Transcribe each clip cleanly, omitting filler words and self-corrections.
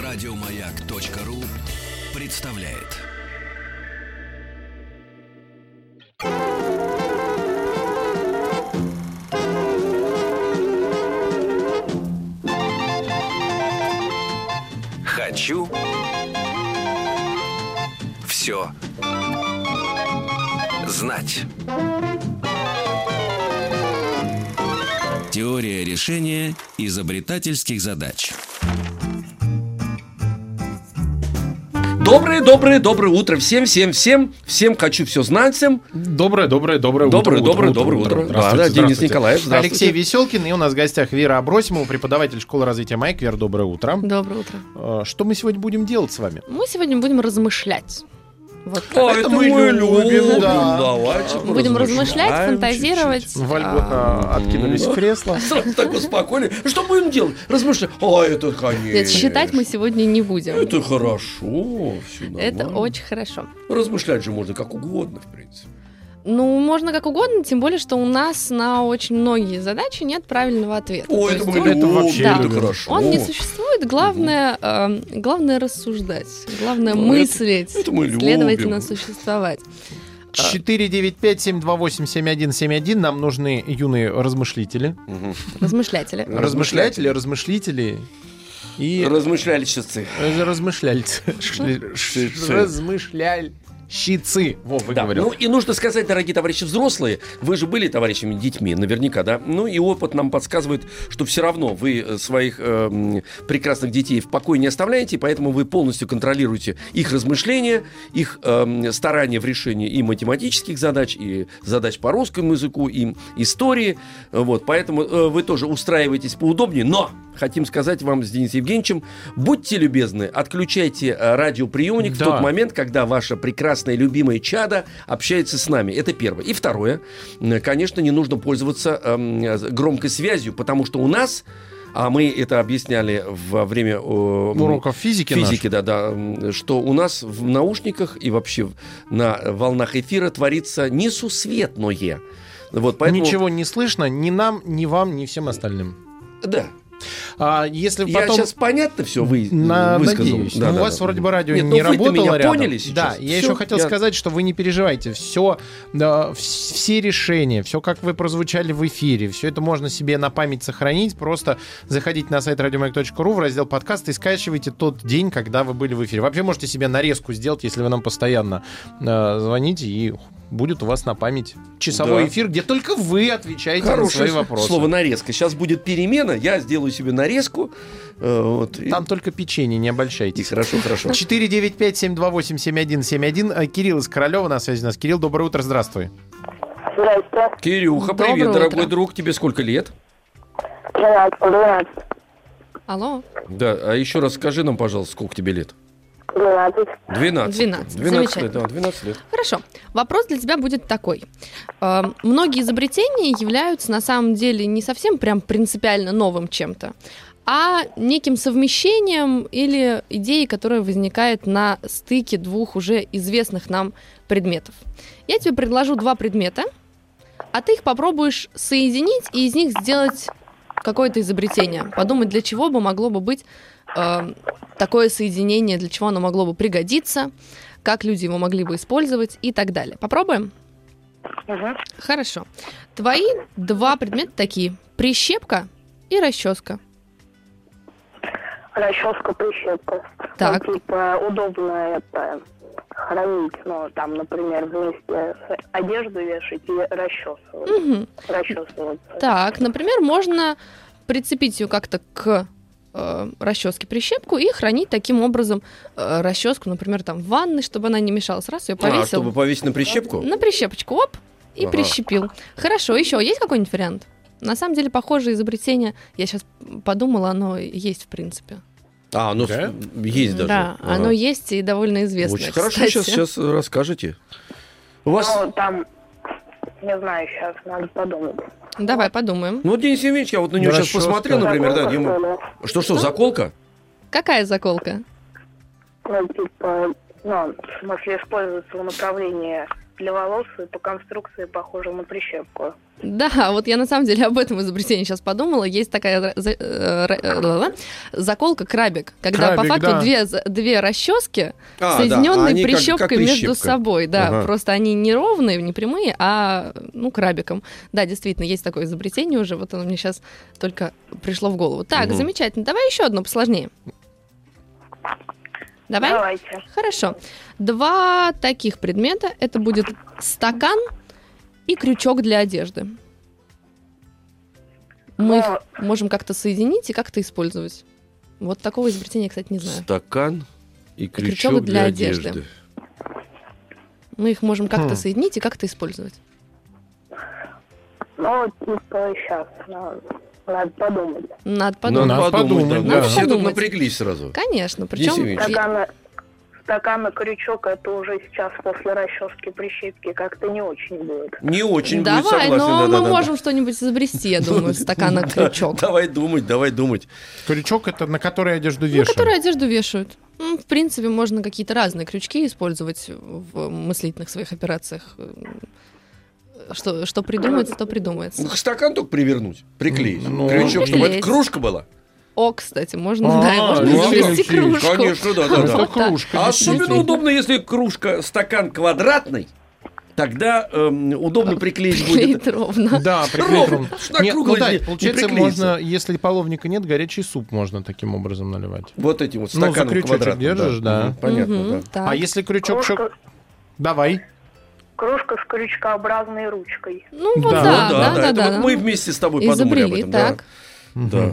Радиомаяк.ру представляет. Хочу все знать. Теория решения изобретательских задач. Доброе утро всем хочу все знать всем. Доброе утро. Да, Денис Николаев, здравствуйте. Алексей Веселкин, и у нас в гостях Вера Абросимова, преподаватель школы развития Майк. Вера, доброе утро. Доброе утро. Что мы сегодня будем делать с вами? Мы сегодня будем размышлять. Вот так. Это мы любим, да. Давайте Будем размышлять, фантазировать. Вольготно откинулись в кресло. Сразу так успокоили. Что будем делать? Размышлять. Это конечно. Нет, считать мы сегодня не будем. Это хорошо. Это очень хорошо. Размышлять же можно как угодно, в принципе. Ну, можно как угодно, тем более, что у нас на очень многие задачи нет правильного ответа. Ой, То это есть мы любим, вообще да, это хорошо. он не существует, главное рассуждать, главное мыслить, это мы любим. следовательно, существовать. 495-728-7171. Нам нужны юные размышлители. Размышлятели. Размышлители. И Размышляли часы. размышляльцы. Размышляльщицы. Во, Да. выговорил. Ну и нужно сказать, дорогие товарищи взрослые, вы же были товарищами детьми, наверняка, да? Ну и опыт нам подсказывает, что все равно вы своих прекрасных детей в покое не оставляете, поэтому вы полностью контролируете их размышления, их старания в решении и математических задач, и задач по русскому языку, и истории. Вот, поэтому вы тоже устраиваетесь поудобнее, но хотим сказать вам с Денисом Евгеньевичем, будьте любезны, отключайте радиоприемник в тот момент, когда ваша прекрасная любимая чада общается с нами. Это первое. И второе, конечно, не нужно пользоваться громкой связью, потому что у нас, а мы это объясняли во время уроков физики да, что у нас в наушниках и вообще на волнах эфира творится несусветное. Вот, поэтому... Ничего не слышно ни нам, ни вам, ни всем остальным. Да. Если Я потом... сейчас понятно все высказал. Надеюсь. Да, у да, вас да. вроде бы радио Нет, не вы-то работало меня рядом. поняли сейчас. Да, я Всё, еще хотел сказать, что вы не переживайте. Все решения, все, как вы прозвучали в эфире, все это можно себе на память сохранить. Просто заходите на сайт radiomayak.ru в раздел подкаст и скачивайте тот день, когда вы были в эфире. Вообще можете себе нарезку сделать, если вы нам постоянно звоните, и будет у вас на память часовой эфир, где только вы отвечаете на свои вопросы. Слово нарезка. Сейчас будет перемена, я сделаю себе нарезку. Там только печенье, не обольщайтесь. Хорошо. 495-728-7171. Кирилл из Королева на связи у нас. Кирилл, доброе утро, здравствуй. Здравствуйте. Кирюха, Доброе привет, утро. дорогой друг. Тебе сколько лет? 12. Алло. Да, а еще раз скажи нам, пожалуйста, сколько тебе лет? 12. 12 лет, Замечательно. да, 12 лет. Хорошо. Вопрос для тебя будет такой. Многие изобретения являются на самом деле не совсем прям принципиально новым чем-то, а неким совмещением или идеей, которая возникает на стыке двух уже известных нам предметов. Я тебе предложу два предмета, а ты их попробуешь соединить и из них сделать какое-то изобретение. Подумать, для чего бы могло бы быть такое соединение, для чего оно могло бы пригодиться, как люди его могли бы использовать и так далее. Попробуем? Угу. Хорошо. Твои два предмета такие: прищепка и расческа. Расческа, прищепка. Так. Ну, типа, удобно это хранить, ну, там, например, вместе с одеждой вешать и расчесывать. Мгм. Расчесывать. Так, например, можно прицепить ее как-то к расческе прищепку и хранить таким образом расческу, например, там в ванной, чтобы она не мешалась. Раз ее повесил чтобы повесить на прищепку? на прищепочку, оп, и Ага. прищепил. Хорошо, еще есть какой-нибудь вариант? На самом деле, похожее изобретение, я сейчас подумала, оно есть в принципе. Ну, Да? есть даже. Да, Ага. оно есть и довольно известное. Очень хорошо, кстати. сейчас расскажете. У вас... Ну, там, не знаю, сейчас надо подумать. Давай подумаем. Ну, вот Денис Евгеньевич, я вот на него сейчас Расческа. посмотрел, например, да, Заколка, ему... что ли? Что, заколка? Какая заколка? Ну, типа, ну, в смысле, используется в направлении для волос и по конструкции похоже на прищепку. Да, вот я на самом деле об этом изобретении сейчас подумала. Есть такая заколка крабик, когда по Крабик, факту да. две расчески, Да, соединенные они как прищепкой между прищепка. собой. Да, Ага. просто они не ровные, не прямые, а крабиком. Да, действительно, есть такое изобретение уже. Вот оно мне сейчас только пришло в голову. Так, замечательно. Давай еще одно посложнее. Давай? Давайте. Хорошо. Два таких предмета. Это будет стакан и крючок для одежды. Мы их можем как-то соединить и как-то использовать. Вот такого изобретения, кстати, не знаю. Стакан и крючок крючок для для одежды. одежды. Мы их можем как-то соединить и как-то использовать. Типа сейчас. Надо подумать. Надо подумать. Надо подумать, да. да. Мы все тут Подумать. напряглись сразу. Конечно. Денис Причем Евгеньевич. Стакан и крючок это уже сейчас после расчески прищепки как-то не очень будет. Не очень будет, давай, согласен. но мы да-да-да. можем что-нибудь изобрести, я думаю, стакан и крючок. Давай думать. Крючок — это на который одежду Ну, вешают. которые одежду вешают. В принципе, можно какие-то разные крючки использовать в мыслительных своих операциях. Что придумается, то придумается. Ну, стакан только привернуть, приклеить. Ну, Крючок, чтобы это приклеить. кружка была. О, кстати, можно можно ну, изобрести Алексей, кружку. Конечно, да. Это Вот так. кружка. А действительно. особенно удобно, если стакан квадратный, тогда удобно приклеить будет. Клеит ровно. Да, Ровно. ровно. Так Нет, кругло да, не получается, приклеится. можно, если половника нет, горячий суп можно таким образом наливать. Вот этим вот Ну, за стаканом крючочек квадратным. держишь, да. Мгм, понятно, Мгм, да. так. А если крючок... Давай. Кружка с крючкообразной ручкой. Ну вот Да. да. Это вот мы вместе с тобой подумали об Изобрели, этом. так. Да.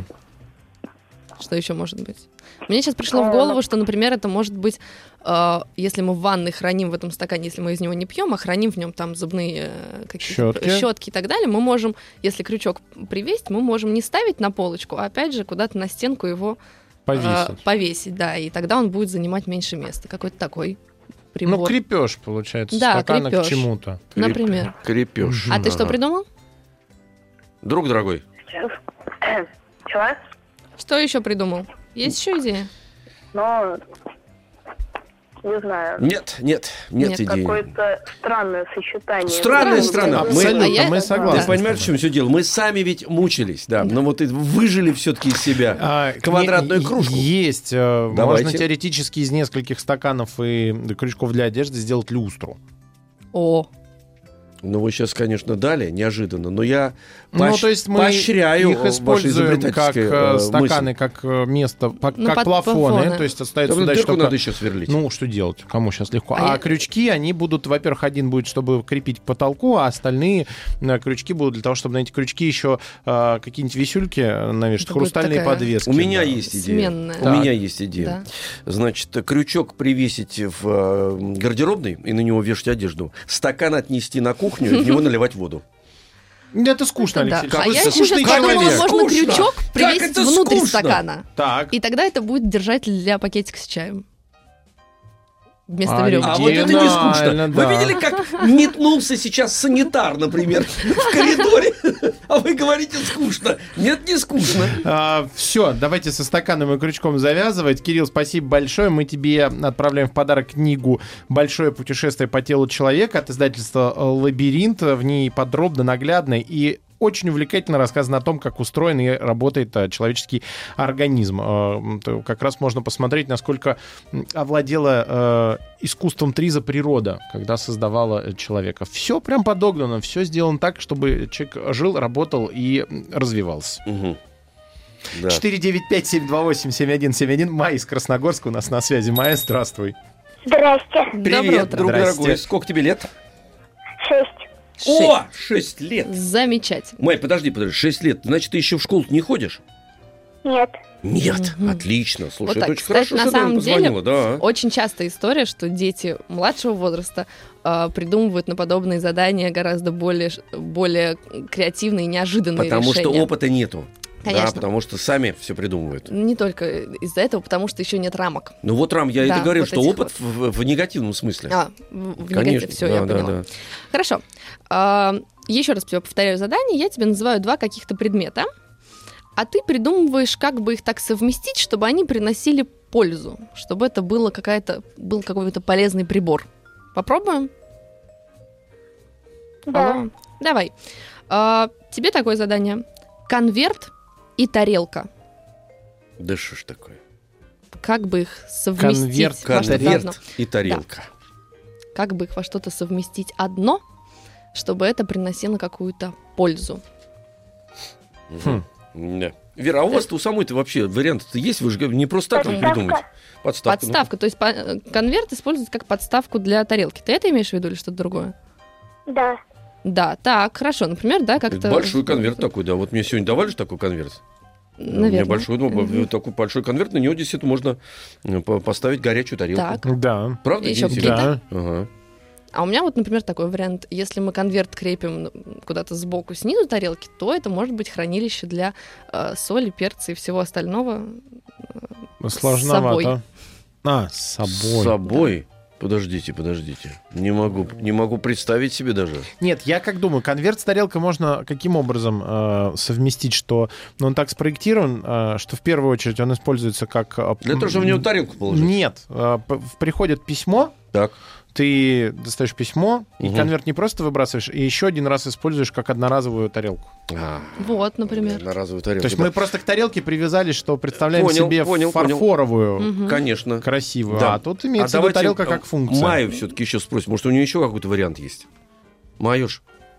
Что еще может быть? Мне сейчас пришло в голову, что, например, это может быть, если мы в ванной храним в этом стакане, если мы из него не пьем, а храним в нем там зубные какие-то щетки и так далее, мы можем, если крючок привесить, мы можем не ставить на полочку, а опять же куда-то на стенку его повесить, да, и тогда он будет занимать меньше места. Какой-то такой прибор. Ну, крепеж, получается, Да, стакана крепеж. к чему-то. Например. Крепеж. А ты что придумал? Друг дорогой. Сейчас. Чего? Что еще придумал? Есть еще идея? Но не знаю. Нет идеи. Какое-то странное сочетание. Странно. Абсолютно, мы согласны. Ты понимаешь, в чем все дело? Мы сами ведь мучились, да. Но вот и выжили все-таки из себя квадратную кружку. Есть. Давайте. Можно теоретически из нескольких стаканов и крючков для одежды сделать люстру. О, Ну, вы сейчас, конечно, дали неожиданно, но я То есть мы поощряю их ваши используем как изобретательские стаканы, мысли. как место, как под плафоны. плафоны. То есть остается Там сюда дырку только... надо еще сверлить. Ну, что делать? Кому сейчас легко? А А я- крючки, они будут, во-первых, один будет, чтобы крепить к потолку, а остальные крючки будут для того, чтобы на эти крючки еще какие-нибудь висюльки навешать, Это будет хрустальные такая подвески. У меня да. есть идея. Сменная. У меня есть идея. Да. Значит, крючок привесить в гардеробной и на него вешать одежду. Стакан отнести на кухню и в него наливать воду. Это скучно, Да. Алексей. А Вы я еще скучный сейчас подумала, человек. можно Скучно. крючок Как привесить это внутрь скучно? стакана. Так. И тогда это будет держатель для пакетика с чаем. Вместо А, веревки. А вот это не скучно. Оригинально, Вы да. видели, как метнулся сейчас санитар, например, в коридоре, а вы говорите скучно. Нет, не скучно. Все, давайте со стаканом и крючком завязывать. Кирилл, спасибо большое. Мы тебе отправляем в подарок книгу «Большое путешествие по телу человека» от издательства «Лабиринт». В ней подробно, наглядно и очень увлекательно рассказано о том, как устроен и работает человеческий организм. Как раз можно посмотреть, насколько овладела искусством Триза природа, когда создавала человека. Все прям подогнано, все сделано так, чтобы человек жил, работал и развивался. Да. 495-728-7171. Майя из Красногорска у нас на связи. Майя, здравствуй. Здрасте. Доброе Привет, утро. друг Здрасте. дорогой. Сколько тебе лет? 6. О, 6 лет. Замечательно. Май, подожди, 6 лет. Значит, ты еще в школу не ходишь? Нет. Нет, отлично. Слушай, Вот это так. очень Кстати, хорошо, на что ты нам самом деле, позвонила, да. очень частая история, что дети младшего возраста придумывают на подобные задания гораздо более креативные и неожиданные Потому решения. что опыта нету. Конечно. Да, потому что сами все придумывают. Не только из-за этого, потому что еще нет рамок. Ну вот, Рам, я Да, это говорю, вот что этих опыт в негативном смысле. В Конечно, негатив, все, да, я да, поняла. да. Хорошо. Еще раз тебе повторяю задание. Я тебе называю 2 каких-то предмета, а ты придумываешь, как бы их так совместить, чтобы они приносили пользу, чтобы это был какой-то полезный прибор. Попробуем? Да. Алло. Давай. Тебе такое задание. Конверт и тарелка. Да что ж такое? Как бы их совместить во что-то одно? Конверт и тарелка. Как бы их во что-то совместить одно, чтобы это приносило какую-то пользу. Да. Вера, а у вас-то у самой-то вообще варианты-то есть? Вы же не просто так их Подставка. придумаете. Подставка. Подставка. То есть конверт используется как подставку для тарелки. Ты это имеешь в виду или что-то другое? Да. Да, так, хорошо. Например, да, как-то... Большой конверт такой, да. Вот мне сегодня давали же такой конверт. Наверное. Мне большой, такой большой конверт, на него действительно можно поставить горячую тарелку. Так. Да. Правда, Еще Денис какие-то? Евгеньевич? Ага. А у меня вот, например, такой вариант. Если мы конверт крепим куда-то сбоку, снизу тарелки, то это может быть хранилище для соли, перца и всего остального. Сложновато. С собой. С собой? Подождите. Не могу представить себе даже. Нет, я как думаю, конверт с тарелкой можно каким образом совместить, что он так спроектирован, что в первую очередь он используется как... Для того, чтобы в него тарелку положить. Нет, приходит письмо, Так. ты достаешь письмо, и Мгм. конверт не просто выбрасываешь, и еще один раз используешь как одноразовую тарелку. Вот, например. Одноразовую тарелку. То есть да. мы просто к тарелке привязались, что представляем Понял, себе понял. фарфоровую, Мгм. Конечно. красивую, Да. а тут имеется в виду тарелка как функция. Майю все-таки еще спросим. Может, у нее еще какой-то вариант есть? Маюш?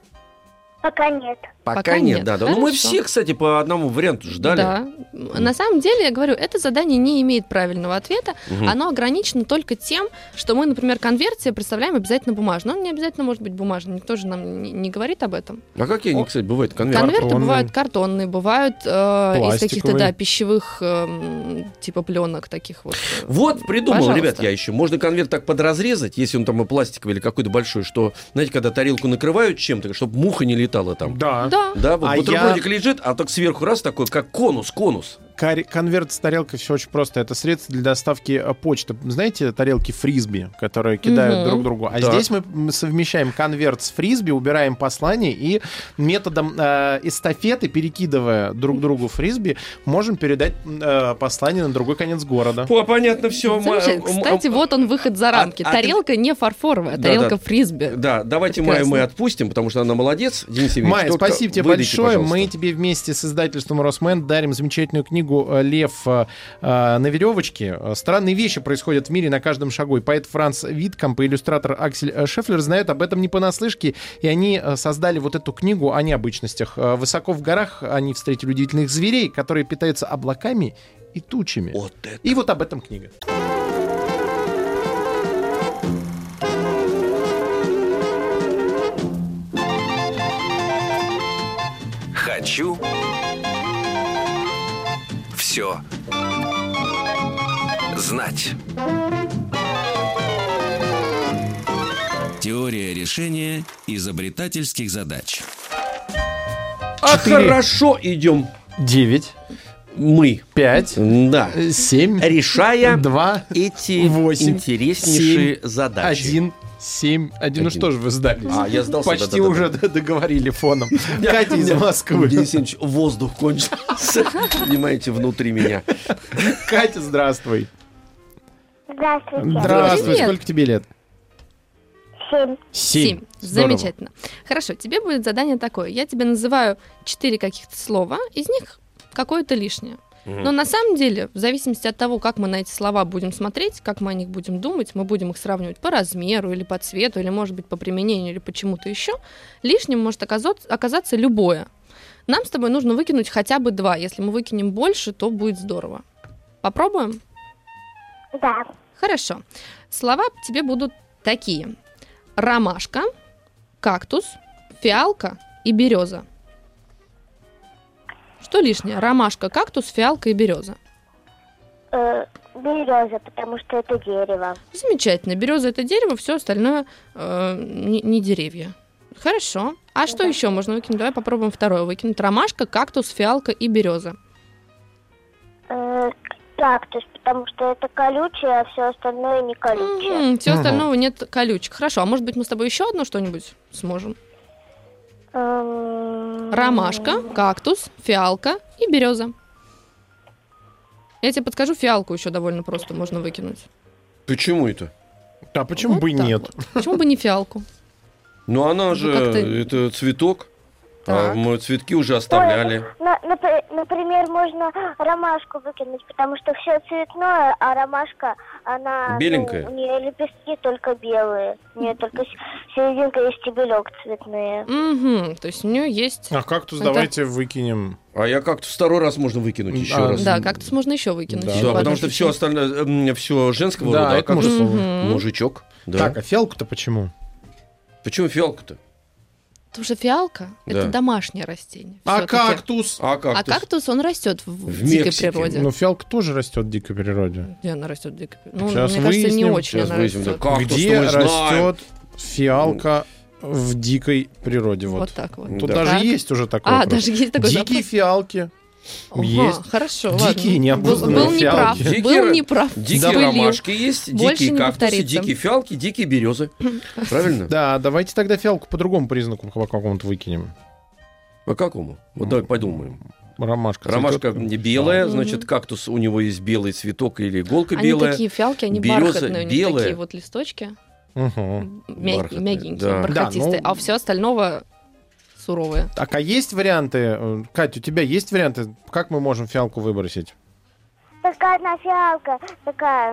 Пока нет. Пока нет. да. Ну, мы Хорошо. все, кстати, по одному варианту ждали. Да. На самом деле, я говорю, это задание не имеет правильного ответа. Мгм. Оно ограничено только тем, что мы, например, конверт себе представляем обязательно бумажный. Он не обязательно может быть бумажный. Никто же нам не говорит об этом. А какие они, кстати, бывают? Конверты? Конверты Картонные. бывают картонные, бывают из каких-то, Пластиковые. пищевых типа пленок таких вот. Вот, придумал, Пожалуйста. ребят, я еще. Можно конверт так подразрезать, если он там и пластиковый или какой-то большой, что, знаете, когда тарелку накрывают чем-то, чтобы муха не летала там. Да. Да. Да, вот А бутербродик лежит, а так сверху раз такой, как конус. Конверт с тарелкой все очень просто. Это средство для доставки почты. Знаете, тарелки фрисби, которые кидают Мгм. друг другу. А Да. здесь мы совмещаем конверт с фрисби, убираем послание и методом эстафеты, перекидывая друг другу фрисби, можем передать послание на другой конец города. Понятно, все. Замечательно. Кстати, вот он выход за рамки. а Тарелка не фарфоровая, а Да, тарелка да. фрисби. Да, давайте Прекрасно. Майю мы отпустим, потому что она молодец. Денис Евгеньевич, Майя, только спасибо тебе выдайте, большое. пожалуйста. Мы тебе вместе с издательством «Росмен» дарим замечательную книгу «Лев на веревочке». Странные вещи происходят в мире на каждом шагу. И поэт Франц Виткамп и иллюстратор Аксель Шефлер знают об этом не понаслышке. И они создали вот эту книгу о необычностях. Высоко в горах они встретили удивительных зверей, которые питаются облаками и тучами. Вот это. И вот об этом книга. Хочу все знать. Теория решения изобретательских задач. А 4. хорошо идем 9, мы. 5, Да. 7, Решая 2, эти 8, интереснейшие задачи. 1, 7, 1. Ну Один. что же вы сдались? А, я сдался, Почти да-да-да. уже договорили фоном. Катя из Москвы. Денис Евгеньевич, воздух кончился. Понимаете, внутри меня. Катя, здравствуй. Здравствуйте. Здравствуй. Привет. Сколько тебе лет? 7. 7. Замечательно. Хорошо, тебе будет задание такое. Я тебе называю 4 каких-то слова, из них какое-то лишнее. Но на самом деле, в зависимости от того, как мы на эти слова будем смотреть, как мы о них будем думать, мы будем их сравнивать по размеру или по цвету, или, может быть, по применению, или почему-то еще, лишним может оказаться любое. Нам с тобой нужно выкинуть хотя бы 2. Если мы выкинем больше, то будет здорово. Попробуем? Да. Хорошо. Слова тебе будут такие. Ромашка, кактус, фиалка и береза. Что лишнее? Ромашка, кактус, фиалка и береза. Береза, потому что это дерево. Замечательно. Береза это дерево, все остальное не деревья. Хорошо. А что еще можно выкинуть? Давай попробуем второе выкинуть. Ромашка, кактус, фиалка и береза. Кактус, потому что это колючее, а все остальное не колючее. Все остального нет колючек. Хорошо. А может быть мы с тобой еще одно что-нибудь сможем? Ромашка, кактус, фиалка и береза. Я тебе подскажу, фиалку еще довольно просто можно выкинуть. Почему это? А почему Вот бы и так нет? вот. Почему бы не фиалку? Ну, она же, как-то- это цветок. А Так. мы цветки уже оставляли. Например, можно ромашку выкинуть, потому что все цветное, а ромашка, она... Беленькая? у нее лепестки только белые. У нее только серединка и стебелек цветные. Мгм. То есть у нее есть... А кактус Это- давайте выкинем. А я как-то второй раз можно выкинуть еще А, раз. Да, кактус можно еще выкинуть. Да, еще Да, по потому одной что все причине. остальное, все женского Да, рода, а это кактус мужского. мужичок. Да. Так, а фиалку-то почему? Почему фиалка-то? Потому что фиалка — Да. это домашнее растение. А всё-таки. кактус? А А кактус? кактус, он растет в В дикой Мексике. природе. Ну, фиалка тоже растет в дикой природе. Где она растет в дикой природе? Ну, Сейчас мне кажется, не выясним. очень Сейчас она выясним, да. растет. Кактус-то Где мы знаем. растет фиалка в дикой природе? Вот Вот. так вот. Тут Да. даже Так. есть уже такой А, вопрос. даже есть такой Дикие запрос? фиалки. Ага, есть. хорошо, Дикие, ладно. необузданные Был неправ. фиалки. Был неправ. Дикие Вспылил. ромашки есть, Больше дикие не кактусы, повторится. дикие фиалки, дикие березы. Правильно? Да, давайте тогда фиалку по другому признаку по какому-то выкинем. По какому? Вот давай подумаем. Ромашка. Ромашка цветет. белая, Мгм. значит, кактус, у него есть белый цветок или иголка Они белая. такие фиалки, они береза бархатные, у них белая. такие вот листочки, Мгм. Бархатные, мягенькие, да. бархатистые, Да, ну- а все остального суровые. Так, а есть варианты? Катя, у тебя есть варианты? Как мы можем фиалку выбросить? Только одна фиалка, такая,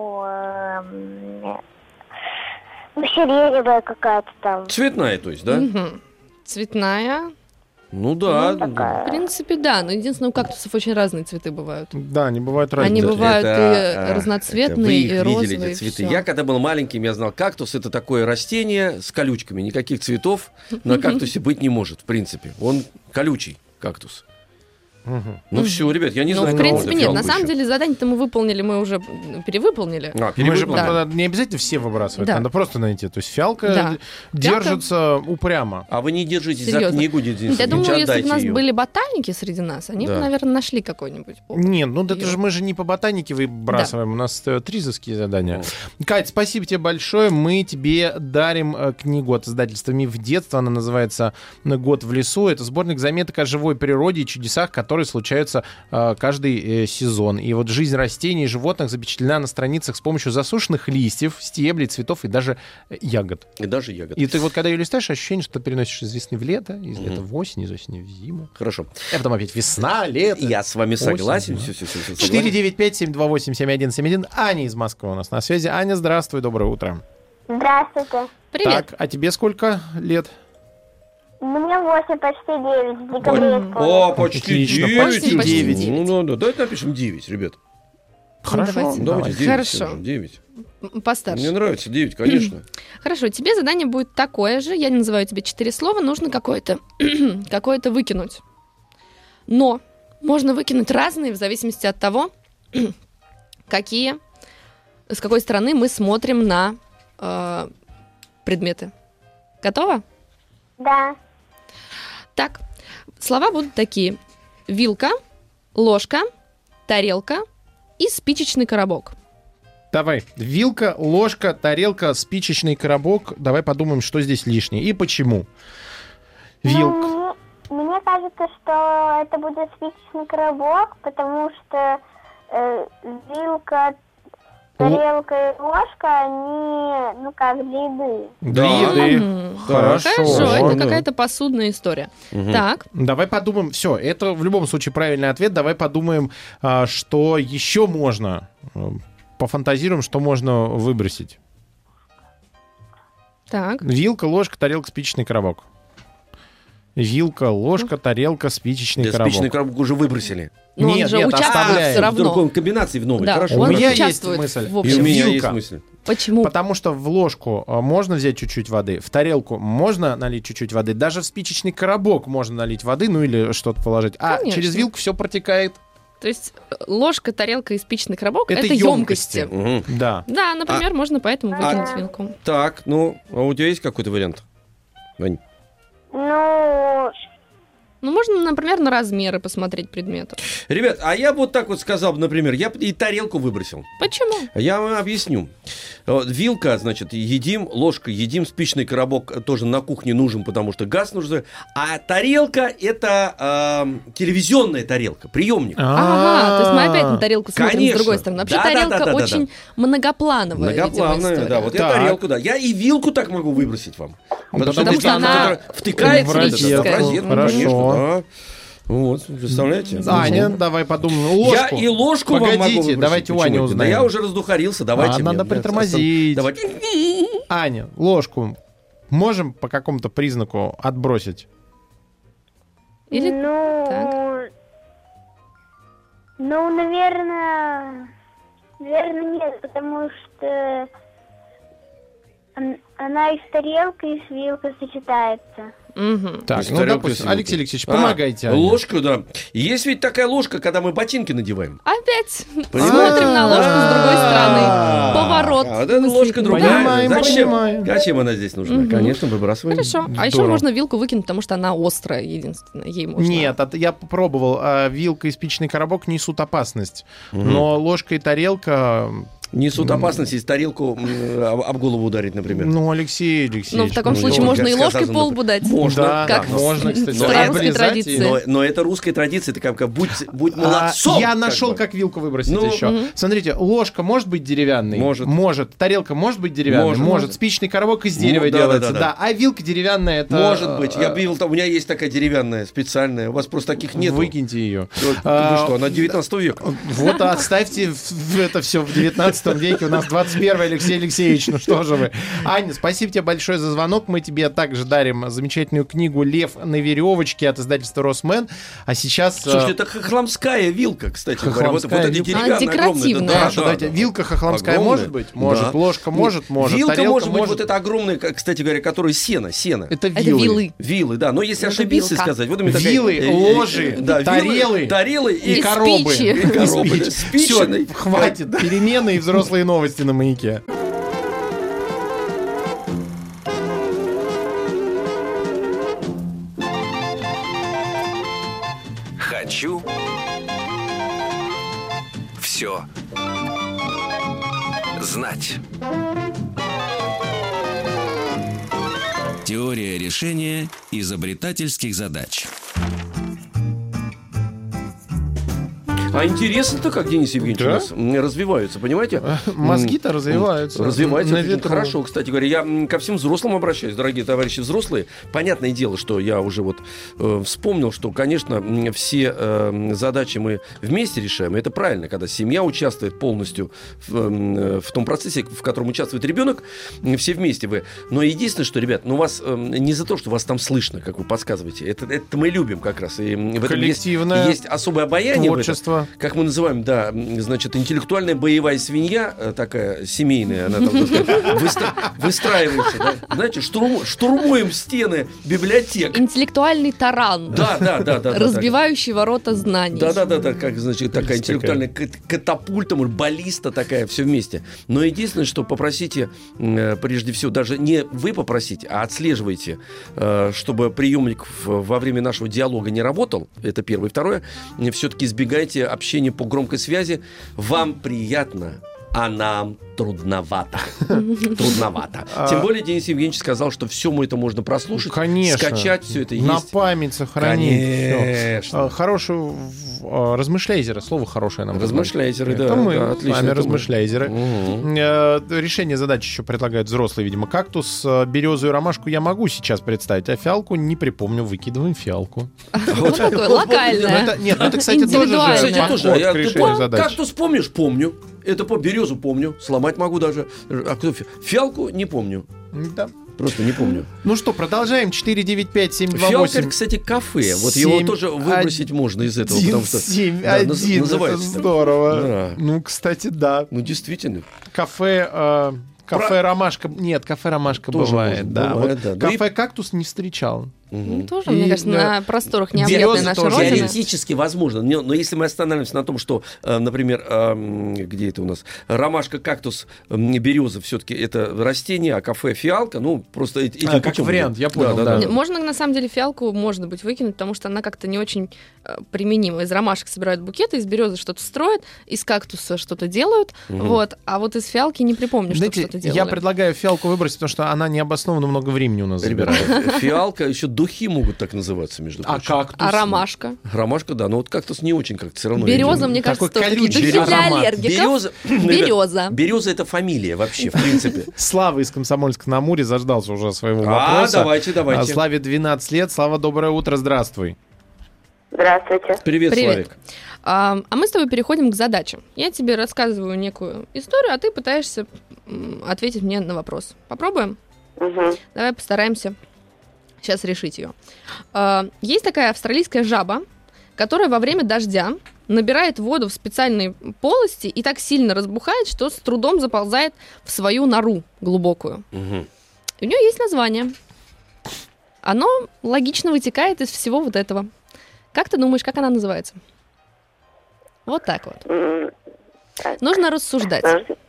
сиреневая какая-то там. Цветная, то есть, да? Мгм. Цветная. Ну да. Ну, такая. В принципе, да, но единственное, у кактусов очень разные цветы бывают. Да, не бывает разницы. Они бывают Это, и разноцветные, вы их и розовые, видели, и эти цветы. всё. Я когда был маленьким, я знал, кактус это такое растение с колючками. Никаких цветов на кактусе быть не может, в принципе. Он колючий кактус. Мгм. Ну все, ребят, я не Ну, знаю. в принципе, какого-то нет. На фиалку самом еще. деле задание-то мы выполнили, мы уже перевыполнили. А, Мы же перевыполнили. не обязательно все выбрасывать, Да. надо просто найти. То есть фиалка Да. держится упрямо. А вы не держитесь Серьезно. за книгу, Денис Я Евгеньевич, думаю, если бы отдайте у нас ее. были ботаники среди нас, они бы, Да. наверное, нашли какой-нибудь повод. Нет, ну это Её. же мы же не по ботанике выбрасываем, у нас тризовские задания. Кать, спасибо тебе большое. Мы тебе дарим книгу от издательства «Миф детства». Она называется «Год в лесу». Это сборник заметок о живой природе и чудесах, которые случаются каждый сезон. И вот жизнь растений и животных запечатлена на страницах с помощью засушенных листьев, стеблей, цветов и даже ягод. И даже ягоды. И ты вот когда ее листаешь, ощущение, что ты переносишь из весны в лето, из лета в осень, из осени в зиму. Хорошо. А потом опять весна, лето. Я с вами согласен. Осень, Все, согласен. 495-728-7171. Аня из Москвы у нас на связи. Аня, здравствуй, доброе утро. Здравствуйте. Привет. Так, а тебе сколько лет? Мне 8, почти 9, в декабре исполнилось. О, почти Отлично, 9. почти Почти 9. девять. Ну, да, давайте напишем 9, ребят. Хорошо, давайте. Давайте 9. Хорошо. 9. Постарше. Мне нравится 9, конечно. Хорошо, тебе задание будет такое же. Я называю тебе 4 слова, нужно какое-то какое-то выкинуть. Но можно выкинуть разные в зависимости от того, с какой стороны мы смотрим на предметы. Готово? Да. Так, слова будут такие. Вилка, ложка, тарелка и спичечный коробок. Давай. Вилка, ложка, тарелка, спичечный коробок. Давай подумаем, что здесь лишнее и почему. Вилка. Мне кажется, что это будет спичечный коробок, потому что вилка, тарелка и ложка, они, как для еды. Для Да. еды. М, Хорошо. Хорошо, это Да. какая-то посудная история. Мгм. Так, Давай подумаем. Все, это в любом случае правильный ответ. Давай подумаем, что еще можно. Пофантазируем, что можно выбросить. так. Вилка, ложка, тарелка, спичечный коробок. Вилка, ложка, тарелка, спичечный Да, коробок. спичечный коробок уже выбросили. Но Нет, он же нет, участвует оставляем. все В равно. другой комбинации в новой. Да, Хорошо. У он меня есть участвует мысль. в И общем. у меня есть Вилка. мысль. Почему? Потому что в ложку можно взять чуть-чуть воды, в тарелку можно налить чуть-чуть воды, даже в спичечный коробок можно налить воды, ну или что-то положить. А Конечно. через вилку все протекает. То есть ложка, тарелка и спичечный коробок Это это ёмкости. емкости. Мгм. Да. Да, например, можно поэтому выкинуть вилку. Так, ну, а у тебя есть какой-то вариант? Вань? Ну, Ну, можно, например, на размеры посмотреть предметов. Ребят, а я вот так вот сказал, например, я и тарелку выбросил. Почему? Я вам объясню. Вот, вилка, значит, едим, ложка едим, спичный коробок тоже на кухне нужен, потому что газ нужен. А тарелка — это телевизионная тарелка, приемник. Ага, то есть мы опять на тарелку смотрим Конечно. с другой стороны. Вообще Да, тарелка да, очень многоплановая. Многоплавная, видимо, да. история. Вот я тарелку, да. Я и вилку так могу выбросить вам. Потому что она втыкается в электрическая. розетку, Хорошо. конечно, да. Вот, представляете? Аня, давай подумаем. Ложку. Я и ложку вам могу Погодите, выбросить. давайте у Почему Ани это? узнаем. Да я уже раздухарился, давайте. надо мне. притормозить. Давайте. Аня, ложку можем по какому-то признаку отбросить? Или наверное, нет, потому что она и с тарелкой, и с вилкой сочетается. Мгм. Так, Без ну, тарелки допустим, с Алексей вилкой. Алексеевич, помогайте, Аня. Ложку, да. Есть ведь такая ложка, когда мы ботинки надеваем. опять Понимаете? смотрим на ложку с другой стороны. Поворот. А вот эта ложка другая. Понимаем, Зачем? понимаем. Зачем она здесь нужна? Конечно, выбрасываем. Хорошо. А еще Здорово. можно вилку выкинуть, потому что она острая, единственное. Ей можно. Нет, я попробовал. Вилка и спичный коробок несут опасность. Но ложка и тарелка... Несут опасность, если тарелку об голову ударить, например. Ну, Алексей Алексеевич... Ну, в таком ну, случае ну, можно и я ложкой сказал, по лбу дать. Можно, Да, как можно, кстати. в старорусской облизать традиции. Но это русская традиция, это как будь молодцом. Я как нашел, бы. как вилку выбросить Ну, еще. Смотрите, ложка может быть деревянной? Может. Тарелка может быть деревянной? Может. Спичный коробок из дерева Ну, да, делается? да. Да. А вилка деревянная, это... Может быть. Я видел, там у меня есть такая деревянная, специальная. У вас просто таких нет. Выкиньте ее. Вы что, она 19 века. Вот, оставьте это все в 19 веке. У нас 21 Алексей Алексеевич. Ну что же вы. Аня, спасибо тебе большое за звонок. Мы тебе также дарим замечательную книгу «Лев на веревочке» от издательства «Росмен». А сейчас... Слушайте, это хохламская вилка, кстати говоря. Вот Хохламская эти вилка. деревянные, Декоративная. огромные. Хорошо, давайте. Вилка хохламская Огромная. может быть? Может. Да. Ложка может? Может. Вилка Тарелка может быть вот это огромная, кстати говоря, которая сено. Это Это вилы. вилы. Вилы, да. Но если Это ошибиться вилка. сказать, вот именно Вилы, такая, ложи, да, тарелы тарелы И и коробы. спичи. И коробы, да, Все, спичный. хватит. Перемены и взрослые новости на «Маяке». Хочу все знать. Теория решения изобретательских задач. А интересно-то, как Денис Евгеньевич Да? у нас развиваются, понимаете? Мозги-то развиваются. Развиваются На это очень ветру. хорошо. Кстати говоря, я ко всем взрослым обращаюсь, дорогие товарищи взрослые. Понятное дело, что я уже вот вспомнил, что, конечно, все задачи мы вместе решаем. И это правильно, когда семья участвует полностью в том процессе, в котором участвует ребенок, все вместе вы. Но единственное, что, ребят, ну вас не за то, что вас там слышно, как вы подсказываете. Это мы любим как раз. И в этом Коллективное есть особое обаяние в этом. творчество. Как мы называем, да, значит, интеллектуальная боевая свинья, такая семейная, она там, так сказать, выстраивается, да? Знаете, штурмуем стены библиотек. Интеллектуальный таран. Да. Разбивающий ворота знаний. Да, как, значит, такая интеллектуальная катапульта, может, баллиста такая, все вместе. Но единственное, что попросите, прежде всего, даже не вы попросите, а отслеживайте, чтобы приемник во время нашего диалога не работал. Это первое. Второе, все-таки избегайте общения по громкой связи. Вам приятно, а нам трудновато. Трудновато. Тем более Денис Евгеньевич сказал, что все это можно прослушать, Конечно. скачать, все это На есть. память сохранить. Конечно. Хорошую размышляйзеры. Слово хорошее нам. Размышляйзеры, да. Это мы, да, отлично. сами это мы. размышляйзеры. Мгм. Решение задачи еще предлагают взрослые, видимо. Кактус, березу и ромашку я могу сейчас представить, а фиалку не припомню. Выкидываем фиалку. Такое Ну, локальное. Нет, это, кстати, тоже Индивидуально. же Кстати, тоже. подход Я, к ты решению помнишь, задач. кактус помнишь? Помню. Это по березу помню. Сломать могу даже. А кто фиалку не помню. Да. Просто не помню. Ну что, продолжаем. 495-728. Фиалка, это, кстати, кафе. Вот его тоже выбросить можно из этого. Потому что 7-1. да, Это называется так. здорово. Да. Ну, кстати, да. Ну, действительно. Кафе «Ромашка». Нет, кафе «Ромашка» Тоже бывает. может, Да. бывает, Вот да. кафе «Кактус» не встречал. Мгм. Тоже, И, мне кажется, да, на просторах необъятной береза нашей тоже Родины. Теоретически возможно, но если мы останавливаемся на том, что, например, где это у нас, ромашка, кактус, береза, все-таки это растение, а кафе фиалка, ну, просто этим как путем вариант, идем. я понял, да. Можно, на самом деле, фиалку, может быть, выкинуть, потому что она как-то не очень применима. Из ромашек собирают букеты, из березы что-то строят, из кактуса что-то делают, вот, а вот из фиалки не припомню, что Знаете, что-то делали. я предлагаю фиалку выбросить, потому что она необоснованно много времени у нас забирает. Ребята, фиалка, еще духи могут так называться, между А прочим. кактус? А ромашка? Ромашка, да, но вот кактус не очень как-то все равно. Береза, мне кажется, Такой тоже такие колючий духи для аромат. аллергиков. Береза. Береза. Береза это фамилия вообще, в принципе. Слава из Комсомольска-на-Амуре заждался уже своего А, вопроса. давайте. Славе 12 лет. Слава, доброе утро, здравствуй. Здравствуйте. Привет, Привет. Славик. А мы с тобой переходим к задачам. Я тебе рассказываю некую историю, а ты пытаешься ответить мне на вопрос. Попробуем? Угу. Давай постараемся сейчас решить ее. Есть такая австралийская жаба, которая во время дождя набирает воду в специальной полости и так сильно разбухает, что с трудом заползает в свою нору глубокую. Мгм. И у нее есть название. Оно логично вытекает из всего вот этого. Как ты думаешь, как она называется? Вот так вот. Так, Нужно рассуждать.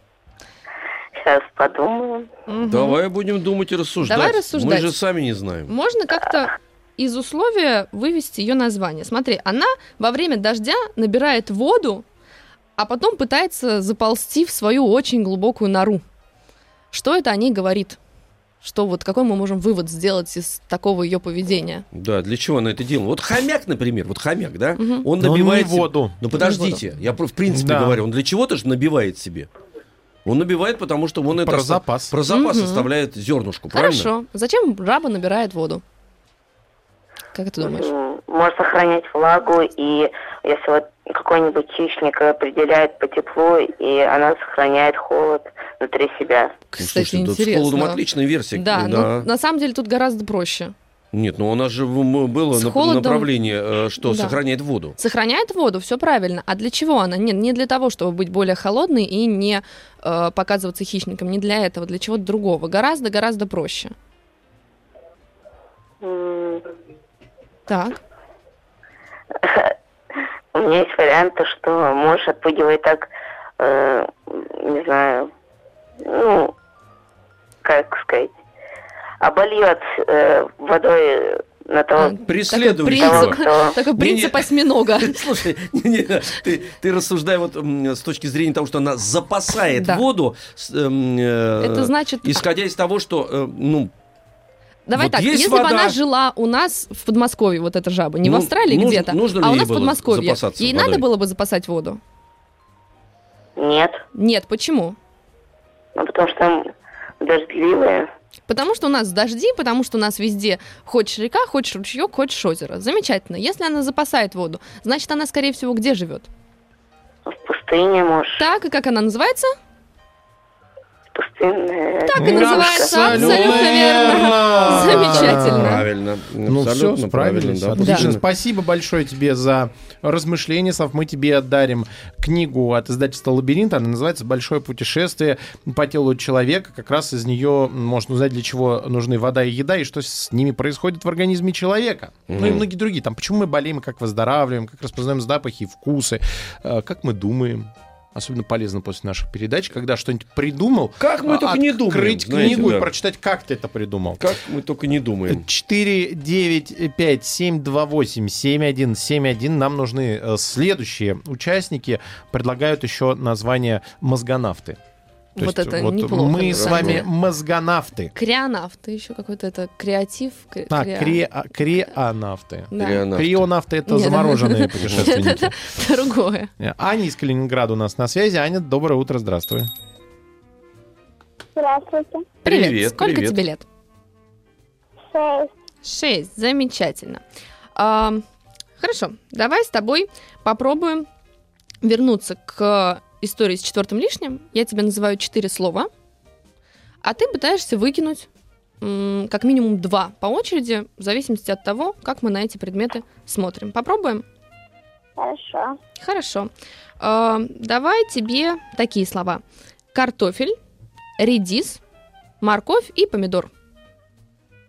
сейчас подумаю. Мгм. Давай будем думать и рассуждать. Давай рассуждать. Мы же сами не знаем. Можно как-то из условия вывести ее название. Смотри, она во время дождя набирает воду, а потом пытается заползти в свою очень глубокую нору. Что это о ней говорит? Что вот какой мы можем вывод сделать из такого ее поведения? Да, для чего она это делала? Вот хомяк, например, вот хомяк, да? Мгм. Он Но набивает не себе- воду. Ну подождите, я в принципе Да. говорю, он для чего-то же набивает себе. Он набивает, потому что он это Про запас. про запас Мгм. оставляет зернышку, правильно? Хорошо. Зачем жаба набирает воду? Как ты думаешь? Может сохранять влагу, и если вот какой-нибудь хищник определяет по теплу, и она сохраняет холод внутри себя. Ну, Кстати, слушай, да, с интересно. холодом отличная версия. Да, но на самом деле тут гораздо проще. Нет, ну у нас же было С холодом- направление, что Да. сохраняет воду. Сохраняет воду, все правильно. А для чего она? Нет, не для того, чтобы быть более холодной и не показываться хищником. Не для этого, для чего-то другого. Гораздо-гораздо проще. М, Так. У меня есть варианты, что муж отпугивает так, не знаю, ну, как сказать, обольет водой на то, Преследующего. Такой принцип, Того, такой принцип осьминога. Слушай, ты рассуждай вот с точки зрения того, что она запасает Да. воду, Это значит... исходя из того, что, ну, Давай вот так, есть если бы вода. она жила у нас в Подмосковье, вот эта жаба, не в Ну, Австралии нужно- где-то, нужно ли а у ей нас в было Подмосковье, запасаться ей водой? надо было бы запасать воду? нет, Нет, почему? ну, потому что там дождливые. Потому что у нас дожди, потому что у нас везде хочешь река, хочешь ручеек, хочешь озеро. Замечательно. Если она запасает воду, значит, она, скорее всего, где живет? В пустыне, может, Так, и как она называется? пустынная. Так и называется. Абсолютно Абсолютно верно. Замечательно. правильно. Ну все, Абсолютно справились. правильно, да, Отлично. правильно. Спасибо большое тебе за размышления, Слав. Мы тебе отдарим книгу от издательства «Лабиринт». Она называется «Большое путешествие по телу человека». Как раз из нее можно узнать, для чего нужны вода и еда, и что с ними происходит в организме человека. Ну и многие другие. Там, почему мы болеем, как выздоравливаем, как распознаем запахи и вкусы, как мы думаем. Особенно полезно после наших передач, когда что-нибудь придумал. Как мы только не думаем, Открыть знаете, книгу да. и прочитать, как ты это придумал. Как мы только не думаем. 495-728-7171. Нам нужны следующие участники. Предлагают еще название «Мозгонавты». То Вот есть это неплохо, мы на с самом вами деле. мозгонавты. Крионавты еще какой-то это креатив. Крионавты. Да. Крионавты. Крионавты — это Нет. замороженные путешественники. Это другое. Аня из Калининграда у нас на связи. Аня, доброе утро, здравствуй. Здравствуйте. Привет, Сколько привет. тебе лет? 6. 6. Замечательно. Хорошо. Давай с тобой попробуем вернуться к истории с 4 лишним. Я тебе называю 4 слова, а ты пытаешься выкинуть как минимум 2 по очереди, в зависимости от того, как мы на эти предметы смотрим. Попробуем? Хорошо. Хорошо. Давай тебе такие слова. Картофель, редис, морковь и помидор.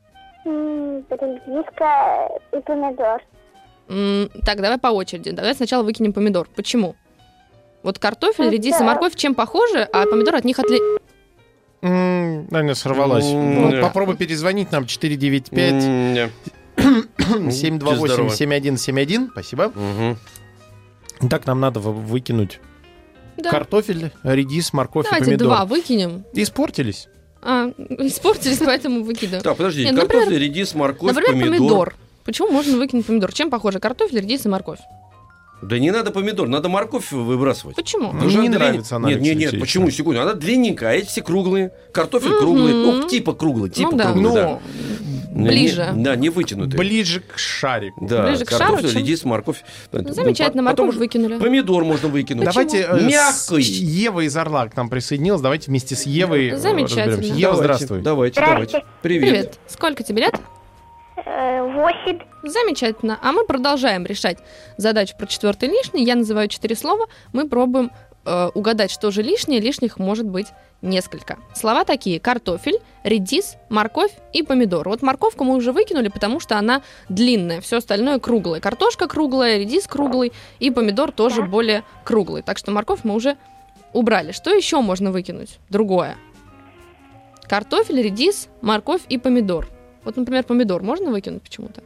Редиска и помидор. Так, давай по очереди. Давай сначала выкинем помидор. Почему? Вот картофель, редис и морковь чем похожи, а помидор от них Аня сорвалась. Да. Попробуй перезвонить нам 495 728 7171. Спасибо. Так, нам надо выкинуть Да. картофель, редис, морковь и Давайте помидор. 2 выкинем. Испортились. Испортились, поэтому выкидываем. Так, подождите, Нет, картофель, например, редис, морковь, Например, помидор. помидор. Почему можно выкинуть помидор? Чем похожи картофель, редис и морковь? Да не надо помидор, надо морковь выбрасывать. Почему? Ну, не Она нравится она, Нет, Алексей Алексеевич. почему? Секунду, она длинненькая, а эти все круглые. Картофель круглый, ну, типа круглый, Ну да. круглый, да. Ну, Ближе. Да, не вытянутый. ближе к шарику. Да, ближе к картофель, шару, чем- редис, морковь. Замечательно, Потом морковь выкинули. Помидор можно выкинуть. Давайте Мягкий. Ева из Орла к нам присоединилась. Давайте вместе с Евой Замечательно. разберемся. Ева, Давайте, здравствуй. Давайте. Привет. Привет. Сколько тебе лет? 8. Замечательно. А мы продолжаем решать задачу про четвертый лишний. Я называю 4 слова. Мы пробуем угадать, что же лишнее. Лишних может быть несколько. Слова такие: картофель, редис, морковь и помидор. Вот морковку мы уже выкинули, потому что она длинная. Все остальное круглое. Картошка круглая, редис круглый и помидор тоже более круглый. Так что морковь мы уже убрали. Что еще можно выкинуть? Другое. Картофель, редис, морковь и помидор. Вот, например, помидор можно выкинуть почему-то?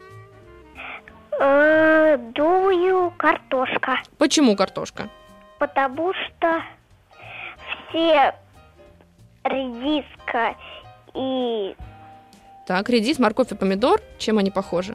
Думаю, картошка. Почему картошка? Потому что все редиска и Так, редис, морковь и помидор. Чем они похожи?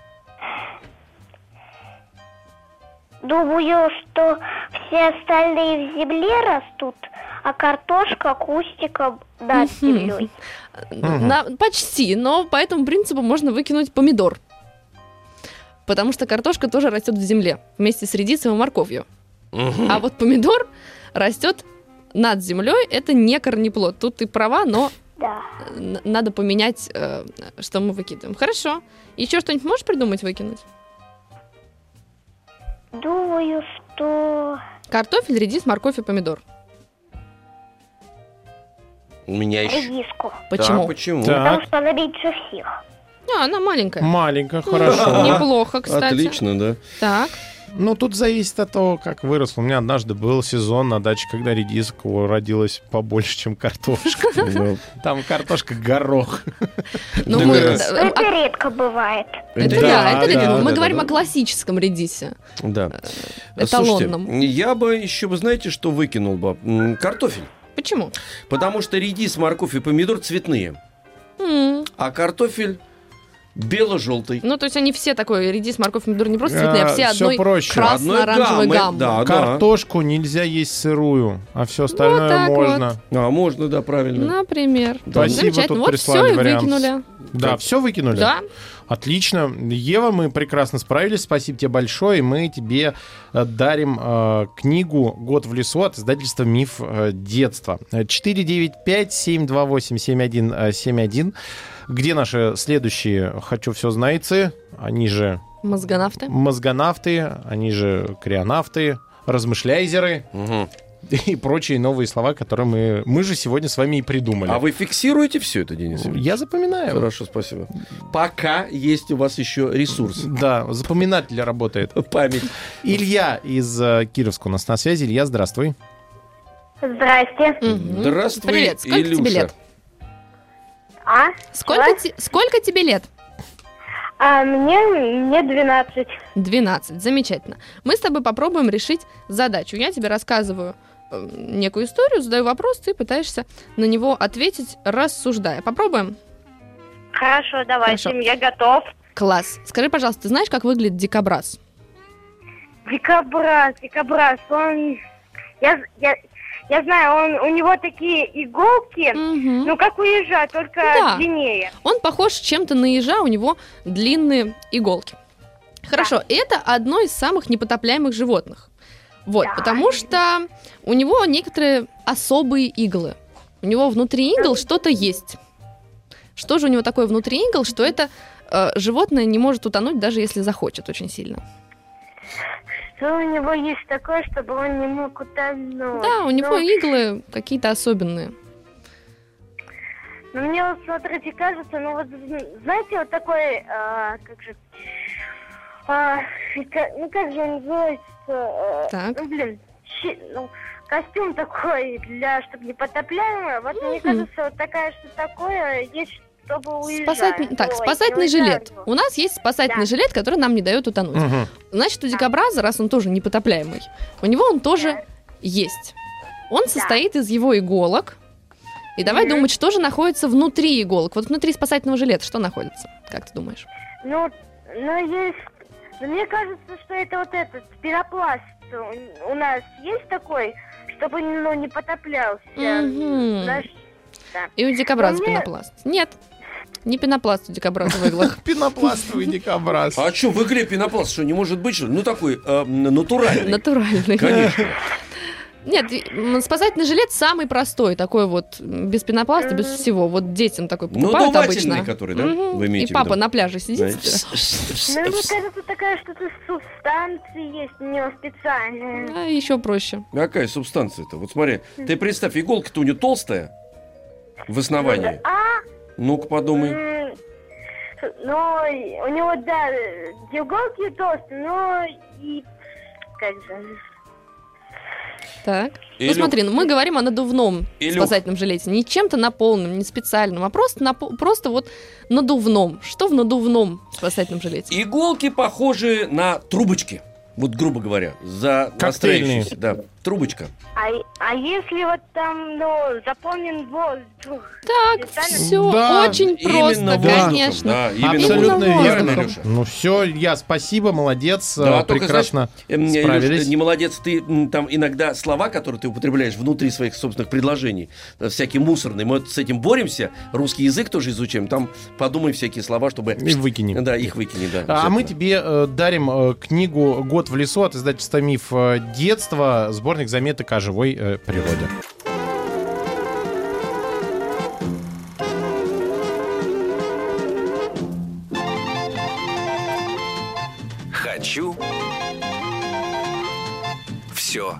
думаю, что все остальные в земле растут, а картошка кустиком над землей. Почти, но по этому принципу можно выкинуть помидор. Потому что картошка тоже растет в земле вместе с редисом и морковью. А вот помидор растет над землей. Это не корнеплод. Тут ты права, но Да. надо поменять, что мы выкидываем. Хорошо. Еще что-нибудь можешь придумать выкинуть? Думаю, что... Картофель, редис, морковь и помидор. У меня еще. редиску. Почему? Так, почему? Потому Так, что она меньше всех. Она маленькая. маленько, хорошо. Неплохо, кстати. Отлично, да. Так. Ну, тут зависит от того, как вырос. У меня однажды был сезон на даче, когда редиска родилась побольше, чем картошка. Там картошка горох. Ну, Да, мы, да. Это редко бывает. это Да, да, это да, редко. Мы да, говорим да. о классическом редисе. Да. Эталонном. Слушайте, я бы еще, вы знаете, что выкинул бы? Картофель. Почему? Потому что редис, морковь и помидор цветные, М. а картофель бело-желтый. Ну, то есть они все такой, редис, морковь, помидор не просто цветные, а все всё одной проще. красно-оранжевой Одной гаммы. Да, Картошку нельзя есть сырую, а все остальное так можно. да. А, можно, да, правильно. Например. Спасибо, Замечательно. тут Вот прислали все и вариант. выкинули. Да, все выкинули? Да. Отлично. Ева, мы прекрасно справились. Спасибо тебе большое. И мы тебе дарим книгу «Год в лесу» от издательства «Миф детства». 495-728-7171. Где наши следующие «Хочу все знайцы»? Они же Мозгонавты. мозгонавты, они же крионавты, размышляйзеры Мгм. и прочие новые слова, которые мы же сегодня с вами и придумали. А вы фиксируете все это, Денис Ильич? Я запоминаю. Хорошо, спасибо. Пока есть у вас еще ресурс. Да, запоминатель работает. Память. Илья из Кировска у нас на связи. Илья, здравствуй. Здрасте. Мгм. Здравствуй, Привет, сколько Илюша. тебе лет? А? Сколько тебе лет? Мне 12. 12. Замечательно. Мы с тобой попробуем решить задачу. Я тебе рассказываю некую историю, задаю вопрос, ты пытаешься на него ответить, рассуждая. Попробуем? Хорошо, давайте, Хорошо. я готов. Класс. Скажи, пожалуйста, ты знаешь, как выглядит дикобраз? Дикобраз, он... Я знаю, у него такие иголки, Мгм. ну как у ежа, только Да. длиннее. Он похож чем-то на ежа, у него длинные иголки. Хорошо, это одно из самых непотопляемых животных. Вот, Да. потому что у него некоторые особые иглы. У него внутри игл что-то есть. Что же у него такое внутри игл, что это животное не может утонуть, даже если захочет очень сильно. Что у него есть такое, чтобы он не мог утонуть? Да, у него Ну, иглы какие-то особенные. Ну, мне вот, смотрите, кажется, ну, вот, знаете, вот такой, как же, как же он называется? Так. Ну, блин, костюм такой, чтобы непотопляемый. Вот, мне кажется, вот такая, что такое, есть, чтобы уезжать. Спасательный жилет. У нас есть спасательный жилет, который нам не дает утонуть. Значит, у дикобраза, раз он тоже непотопляемый, у него он тоже есть. Он состоит из его иголок. И давай думать, что же находится внутри иголок. Вот внутри спасательного жилета что находится? Как ты думаешь? Ну, есть... Мне кажется, что это вот этот пенопласт у нас есть такой, чтобы, не потоплялся. Знаешь, да. И у дикобраза пенопласт. Нет, не пенопласт у дикобраза в иглах. Пенопластовый дикобраз. А что, в игре пенопласт, что, не может быть, что ли? Ну, такой натуральный. Натуральный. Конечно. Нет, спасательный жилет самый простой, такой вот, без пенопласта, без всего. Вот детям такой покупают обычно. Который, да? Вы имеете И в виду? папа на пляже сидит. Ну, мне кажется, такая что-то субстанция есть у него специальная. А еще проще. Какая субстанция-то? Вот смотри, ты представь, иголка-то у нее толстая в основании. Ну-ка подумай. Ну, у него, да, иголки толстые, но и как же... Так. Илюх. Ну смотри, мы говорим о надувном Илюх. спасательном жилете. Не чем-то наполненном, не специальным, а просто вот надувном. Что в надувном спасательном жилете? Иголки похожи на трубочки. Вот, грубо говоря, за Коктейльные. настраивающиеся. Да, трубочка. А если вот там, заполнен воздух? Так, Специально? все Да, очень Именно просто, воздухом, конечно. да, именно Абсолютно воздухом. верно. Правильно, Илюша? Ну все, спасибо, молодец, Да, только, прекрасно знаешь, справились. Илюш, не молодец, ты там иногда слова, которые ты употребляешь внутри своих собственных предложений, всякие мусорные, мы вот с этим боремся, русский язык тоже изучаем, там подумай всякие слова, чтобы... И выкини. Да, их выкини, да. А мы обязательно. тебе дарим книгу «Год в лесу» от издательства «Миф детства», сборник заметок о живой природе. Хочу все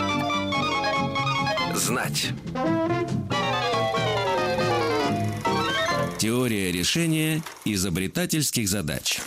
знать. Теория решения изобретательских задач.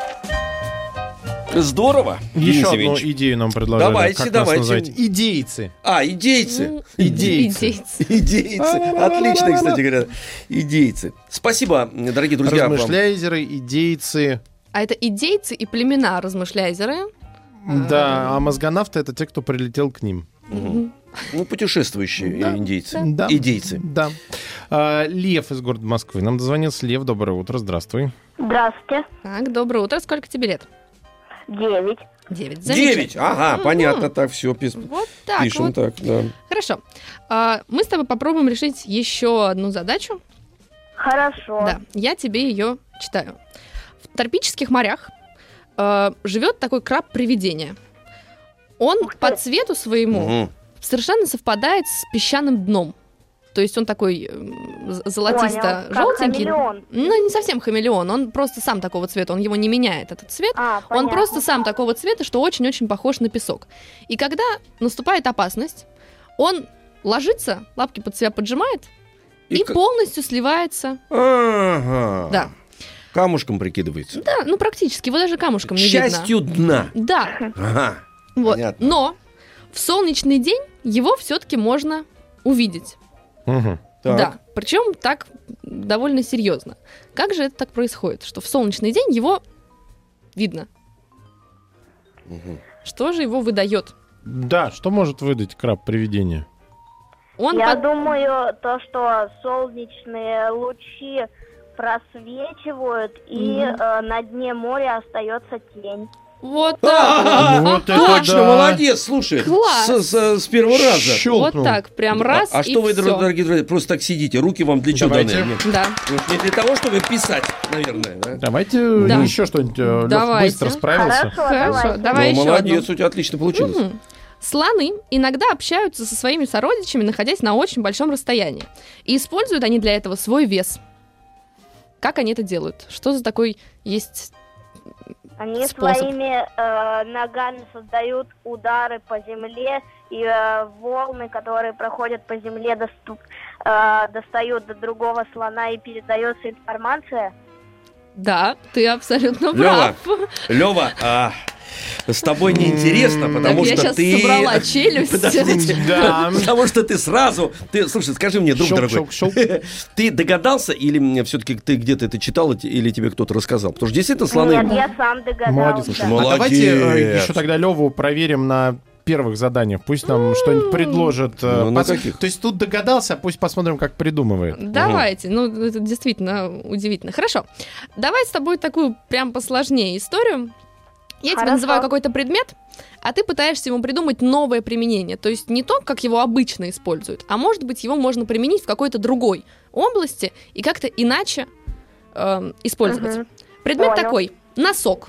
Здорово, Еще Денис одну Евгеньевич. идею нам предложили. Давайте, как давайте. Нас называть? Идейцы. Идейцы. Идейцы. Идейцы. Отлично, кстати говоря. Идейцы. Спасибо, дорогие друзья. вам. Размышляйзеры, идейцы. А это идейцы и племена размышляйзеры. Да, а мозгонавты — это те, кто прилетел к ним. Ну, путешествующие индейцы. Да. Идейцы. Да. Лев из города Москвы. Нам дозвонился Лев. Доброе утро. Здравствуй. Здравствуйте. Так, доброе утро. Сколько тебе лет? 9. 9. 9. Ага, понятно. Так, все, Вот так пишем вот. так, да. Хорошо. Мы с тобой попробуем решить еще одну задачу. Хорошо. Да, я тебе ее читаю. В тропических морях живет такой краб-привидение. Он по цвету своему Мгм. совершенно совпадает с песчаным дном. То есть он такой золотисто-желтенький. Понял, как хамелеон. Ну, не совсем хамелеон, он просто сам такого цвета, он его не меняет, этот цвет. Он Понятно. просто сам такого цвета, что очень-очень похож на песок. И когда наступает опасность, он ложится, лапки под себя поджимает и как- полностью сливается. Ага. Да. Камушком прикидывается. Да, ну практически, его даже камушком К не счастью дна. видно. Да, Ага. вот. Понятно. Но в солнечный день его все-таки можно увидеть. Мгм. Так. Да, причем так довольно серьезно. Как же это так происходит, что в солнечный день его видно? Что же его выдает? Да, что может выдать краб-привидение? Он Я под- думаю, то, что солнечные лучи просвечивают, и на дне моря остается тень. Вот так. Вот это Точно, да. молодец, слушай. Класс. С первого раза. Щелкнул. Вот так, прям раз А и что вы, всё. дорогие друзья, просто так сидите? Руки вам для чего Давайте. даны? Нет. Да. Не для того, чтобы писать, наверное, да? Давайте Да. еще что-нибудь. Лёв Давайте. быстро справился. Хорошо, Хорошо, давайте. давай Ну, еще молодец, одну. у тебя отлично получилось. Мгм. Слоны иногда общаются со своими сородичами, находясь на очень большом расстоянии. И используют они для этого свой вес. Как они это делают? Что за такой есть Они способ. своими ногами создают удары по земле, и волны, которые проходят по земле, достают до другого слона и передается информация. Да, ты абсолютно Лёва, прав. Лёва, с тобой неинтересно, потому Так, я что сейчас ты... собрала челюсть. Подождите. Да. Потому что ты сразу... Слушай, скажи мне, друг Щелк, дорогой, щелк, щелк. ты догадался или все-таки ты где-то это читал или тебе кто-то рассказал? Потому что действительно слоны... Нет, я сам догадался. Молодец. Молодец. А давайте еще тогда Леву проверим на первых заданиях. Пусть нам что-нибудь предложит. Ну, на каких? То есть тут догадался, а пусть посмотрим, как придумывает. Давайте, ну это действительно удивительно. Хорошо, давай с тобой такую прям посложнее историю. Я тебе Хорошо. называю какой-то предмет, а ты пытаешься ему придумать новое применение. То есть не то, как его обычно используют, а может быть его можно применить в какой-то другой области и как-то иначе использовать. Мгм. Предмет Понял. такой: носок.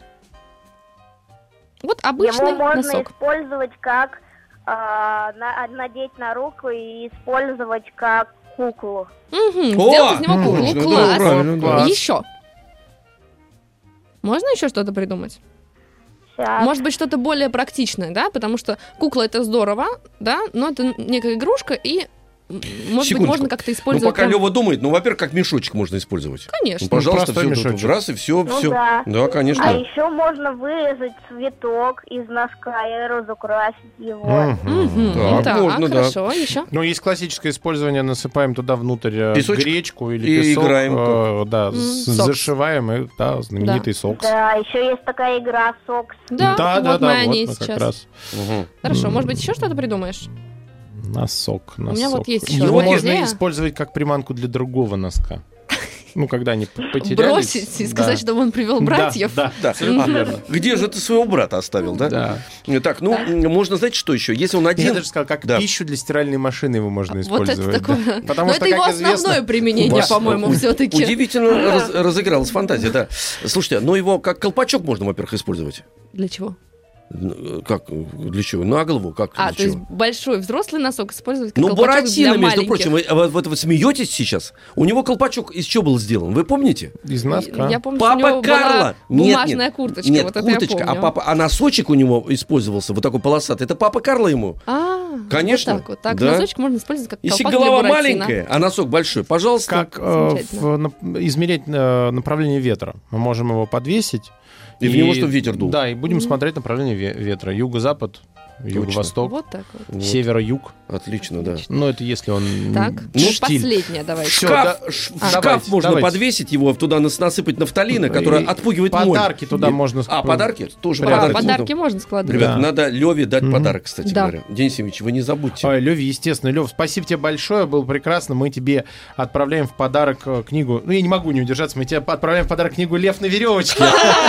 Вот обычный Его можно носок. использовать как надеть на руку и использовать как куклу. Мгм, О, сделать из него куклу. точно, да, Класс. правильно, да. Класс. Еще. Можно еще что-то придумать? Сейчас. Может быть, что-то более практичное, да? Потому что кукла — это здорово, да? Но это некая игрушка, и, может Секундочку. быть, можно как-то Ну, использовать... пока прям- Лёва думает, во-первых, как мешочек можно использовать. Конечно. Ну, пожалуйста, простой все мешочек. раз и все, Ну все. да. Да, конечно. А еще можно вырезать цветок из носка и разукрасить его. Мгм, Так, так, можно, да. хорошо, еще. Ну, есть классическое использование, насыпаем туда внутрь Песочек. гречку или И песок. играем. Да, Сокс. зашиваем, и, да, знаменитый сокс. Да, еще есть такая игра «Сокс». Да, вот мы о ней вот мы сейчас. как раз. Мгм. Хорошо, может быть, еще что-то придумаешь? Носок. меня вот есть еще Его одна можно идея. использовать как приманку для другого носка. Ну, когда они потерялись. Бросить и сказать, да. чтобы он привел братьев? Да, Да. абсолютно А верно. где же ты своего брата оставил, да? Да. Так, ну, можно, знаете, что еще? Если он Я один... даже сказал, как Да. пищу для стиральной машины его можно Вот это использовать. такое. да. Потому Но что, это его как известно, основное применение, вас по-моему, все-таки. Удивительно разыгралась фантазия, да. Слушайте, но его как колпачок можно, во-первых, использовать. Для чего? Как? Для чего? На голову? Как? А, для то есть чего? большой взрослый носок использовать как Ну, колпачок Буратино, для между маленьких. прочим, вы смеетесь сейчас? У него колпачок из чего был сделан? Вы помните? из носка. Я помню, что у Папа него Карло. была бумажная курточка. Нет, вот это я курточка, помню. а носочек у него использовался, вот такой полосатый. Это папа Карло ему. Конечно, Вот так вот. Так, да. носочек можно использовать как Если колпак голова для Буратино. маленькая, а носок большой, пожалуйста. Как измерять направление ветра. Мы можем его подвесить. И в него, чтобы ветер дул. Да, и будем смотреть направление ветра. Юго-запад, юго-восток, Вот так вот. Вот. северо-юг. Отлично, да. Ну, это если он Так, ну, штиль. последнее давайте. Всё, Шкаф, да, в шкаф давайте, можно давайте. подвесить его, туда насыпать нафталина, которая И отпугивает моль. подарки туда можно А, подарки? Тоже Прям. подарки. Подарки можно складывать. Ребята, Да. надо Леве дать подарок, кстати Да. говоря. Денис Евгеньевич, вы не забудьте. Ой, Лёв, естественно. Лёв, спасибо тебе большое, было прекрасно. Мы тебе отправляем в подарок книгу. Ну, я не могу не удержаться. Мы тебе отправляем в подарок книгу «Лев на веревочке»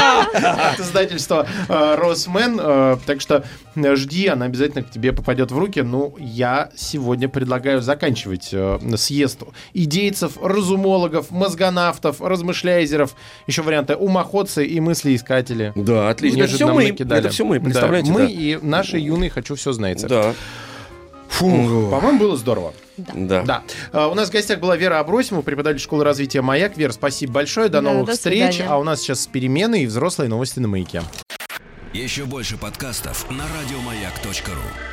от издательства «Росмен». Так что жди, она обязательно к тебе попадет в руки. Ну, я сегодня предлагаю заканчивать съезд идейцев, разумологов, мозгонавтов, размышляйзеров, еще варианты умоходцы и мыслеискатели. Да, отлично. Это все Неожиданно мы. накидали. Это все мы, Да, представляете? мы да. и наши юные «Хочу все знается». Да. Фух, по-моему, было здорово. Да. Да. У нас в гостях была Вера Абросимова, преподаватель школы развития «Маяк». Вера, спасибо большое, до Да, новых до встреч. свидания. А у нас сейчас перемены и взрослые новости на «Маяке». Еще больше подкастов на радиомаяк.ру.